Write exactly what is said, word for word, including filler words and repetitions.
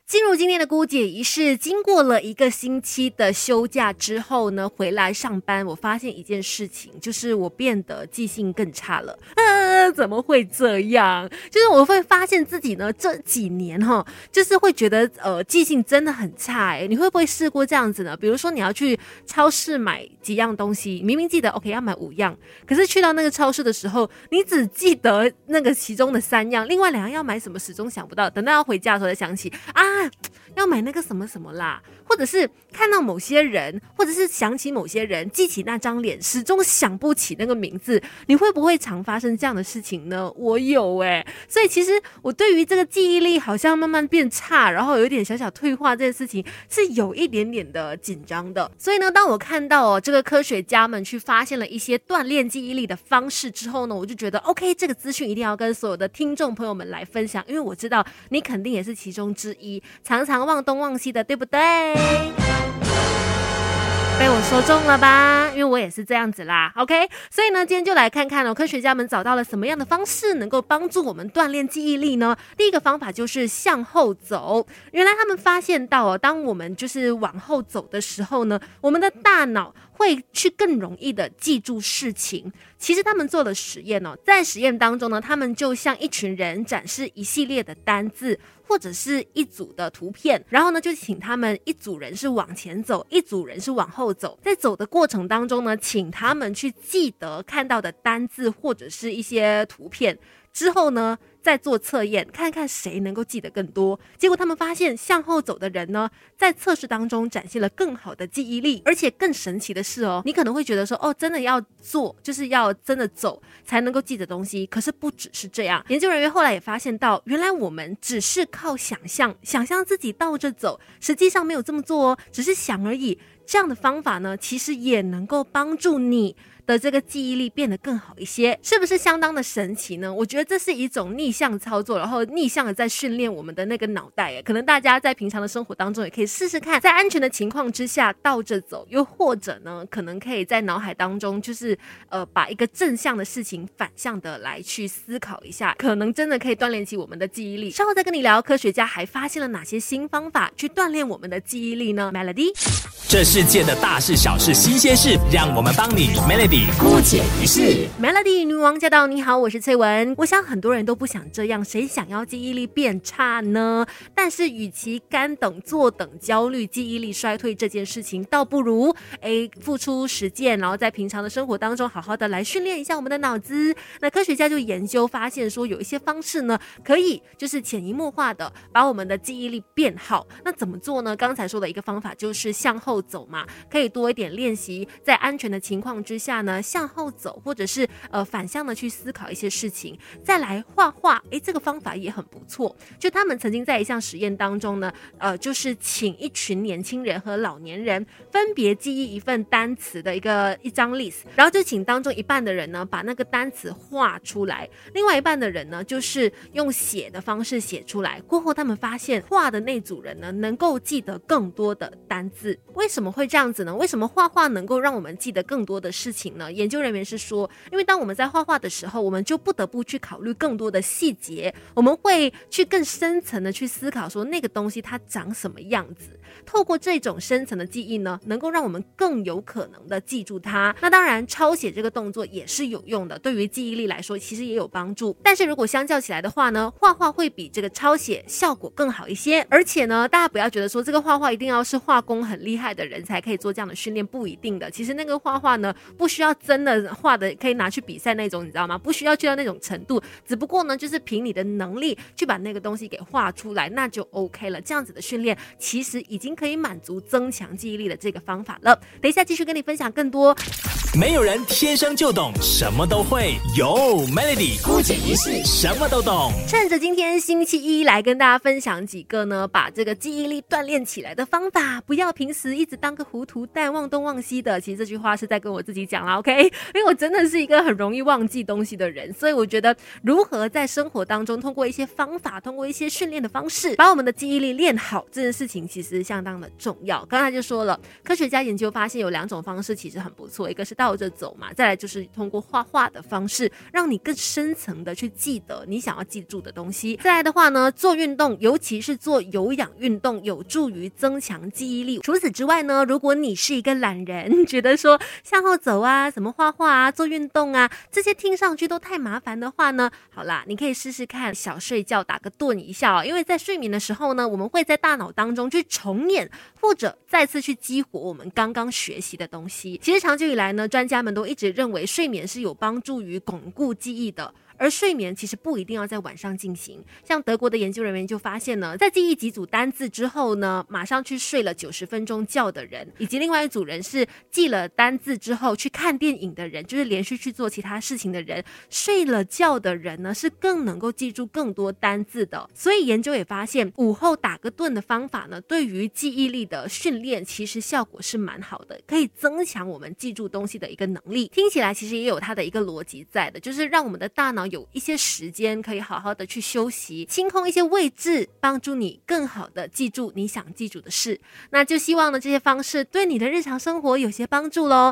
进入今天的姑姐仪式，经过了一个星期的休假之后呢，回来上班，我发现一件事情，就是我变得记性更差了。啊，怎么会这样？就是我会发现自己呢这几年哈，就是会觉得呃记性真的很差哎。你会不会试过这样子呢？比如说你要去超市买几样东西，明明记得 OK 要买五样，可是去到那个超市的时候，你只记得那个其中的三样，另外两样要买什么始终想不到，等到要回家的时候才想起啊。要买那个什么什么啦，或者是看到某些人，或者是想起某些人，记起那张脸，始终想不起那个名字。你会不会常发生这样的事情呢？我有欸，所以其实我对于这个记忆力好像慢慢变差，然后有一点小小退化这件事情是有一点点的紧张的。所以呢，当我看到哦这个科学家们去发现了一些锻炼记忆力的方式之后呢，我就觉得 OK， 这个资讯一定要跟所有的听众朋友们来分享，因为我知道你肯定也是其中之一，常常忘东忘西的，对不对？被我说中了吧？因为我也是这样子啦 OK， 所以呢今天就来看看哦，科学家们找到了什么样的方式能够帮助我们锻炼记忆力呢？第一个方法就是向后走。原来他们发现到哦，当我们就是往后走的时候呢，我们的大脑会去更容易的记住事情。其实他们做了实验哦，在实验当中呢，他们就向一群人展示一系列的单字或者是一组的图片，然后呢就请他们一组人是往前走，一组人是往后走，在走的过程当中呢，请他们去记得看到的单字或者是一些图片，之后呢再做测验，看看谁能够记得更多。结果他们发现向后走的人呢，在测试当中展现了更好的记忆力。而且更神奇的是哦，你可能会觉得说哦，真的要做，就是要真的走才能够记得东西，可是不只是这样。研究人员后来也发现到，原来我们只是靠想象想象自己倒着走，实际上没有这么做哦，只是想而已。这样的方法呢，其实也能够帮助你的这个记忆力变得更好一些，是不是相当的神奇呢？我觉得这是一种逆向操作，然后逆向的在训练我们的那个脑袋耶。可能大家在平常的生活当中也可以试试看，在安全的情况之下倒着走，又或者呢，可能可以在脑海当中就是呃把一个正向的事情反向的来去思考一下，可能真的可以锻炼起我们的记忆力。稍后再跟你聊，科学家还发现了哪些新方法去锻炼我们的记忆力呢 ？Melody， 这世界的大事小事新鲜事，让我们帮你 Melody。姑姐仪式 Melody 女王驾到！你好，我是翠文。我想很多人都不想这样，谁想要记忆力变差呢？但是与其干等坐等焦虑记忆力衰退这件事情，倒不如诶付出实践，然后在平常的生活当中好好的来训练一下我们的脑子。那科学家就研究发现说，有一些方式呢，可以就是潜移默化的把我们的记忆力变好。那怎么做呢？刚才说的一个方法就是向后走嘛，可以多一点练习，在安全的情况之下呢，向后走，或者是呃反向的去思考一些事情。再来画画，诶，这个方法也很不错。就他们曾经在一项实验当中呢，呃，就是请一群年轻人和老年人分别记忆一份单词的一个一张 list， 然后就请当中一半的人呢把那个单词画出来，另外一半的人呢就是用写的方式写出来。过后他们发现画的那组人呢能够记得更多的单字。为什么会这样子呢？为什么画画能够让我们记得更多的事情呢？研究人员是说，因为当我们在画画的时候，我们就不得不去考虑更多的细节，我们会去更深层的去思考说那个东西它长什么样子。透过这种深层的记忆呢，能够让我们更有可能的记住它。那当然抄写这个动作也是有用的，对于记忆力来说其实也有帮助。但是如果相较起来的话呢，画画会比这个抄写效果更好一些。而且呢，大家不要觉得说这个画画一定要是画工很厉害的人才可以做这样的训练，不一定的。其实那个画画呢，不需要真的画的可以拿去比赛那种，你知道吗？不需要去到那种程度，只不过呢就是凭你的能力去把那个东西给画出来，那就 OK 了。这样子的训练其实已经可以满足增强记忆力的这个方法了。等一下继续跟你分享更多。 没有人天生就懂什么都会，有 Melody 姑姐仪式什么都懂。 趁着今天星期一来跟大家分享几个呢把这个记忆力锻炼起来的方法，不要平时一直当个糊涂蛋忘东忘西的。其实这句话是在跟我自己讲啦 OK， 因为我真的是一个很容易忘记东西的人，所以我觉得如何在生活当中通过一些方法，通过一些训练的方式把我们的记忆力练好，这件事情其实相当的重要。刚才就说了，科学家研究发现有两种方式其实很不错，一个是倒着走嘛，再来就是通过画画的方式，让你更深层的去记得你想要记住的东西。再来的话呢，做运动，尤其是做有氧运动，有助于增强记忆力。除此之外呢，如果你是一个懒人，觉得说向后走啊，什么画画啊，做运动啊，这些听上去都太麻烦的话呢，好啦，你可以试试看小睡觉，打个盹一下哦。因为在睡眠的时候呢，我们会在大脑当中去重演或者再次去激活我们刚刚学习的东西。其实长久以来呢，专家们都一直认为睡眠是有帮助于巩固记忆的。而睡眠其实不一定要在晚上进行，像德国的研究人员就发现呢，在记忆几组单字之后呢，马上去睡了九十分钟觉的人，以及另外一组人是记了单字之后去看电影的人，就是连续去做其他事情的人，睡了觉的人呢是更能够记住更多单字的。所以研究也发现，午后打个盹的方法呢，对于记忆力的训练其实效果是蛮好的，可以增强我们记住东西的一个能力。听起来其实也有它的一个逻辑在的，就是让我们的大脑有一些时间可以好好的去休息，清空一些位置，帮助你更好的记住你想记住的事。那就希望呢这些方式对你的日常生活有些帮助咯。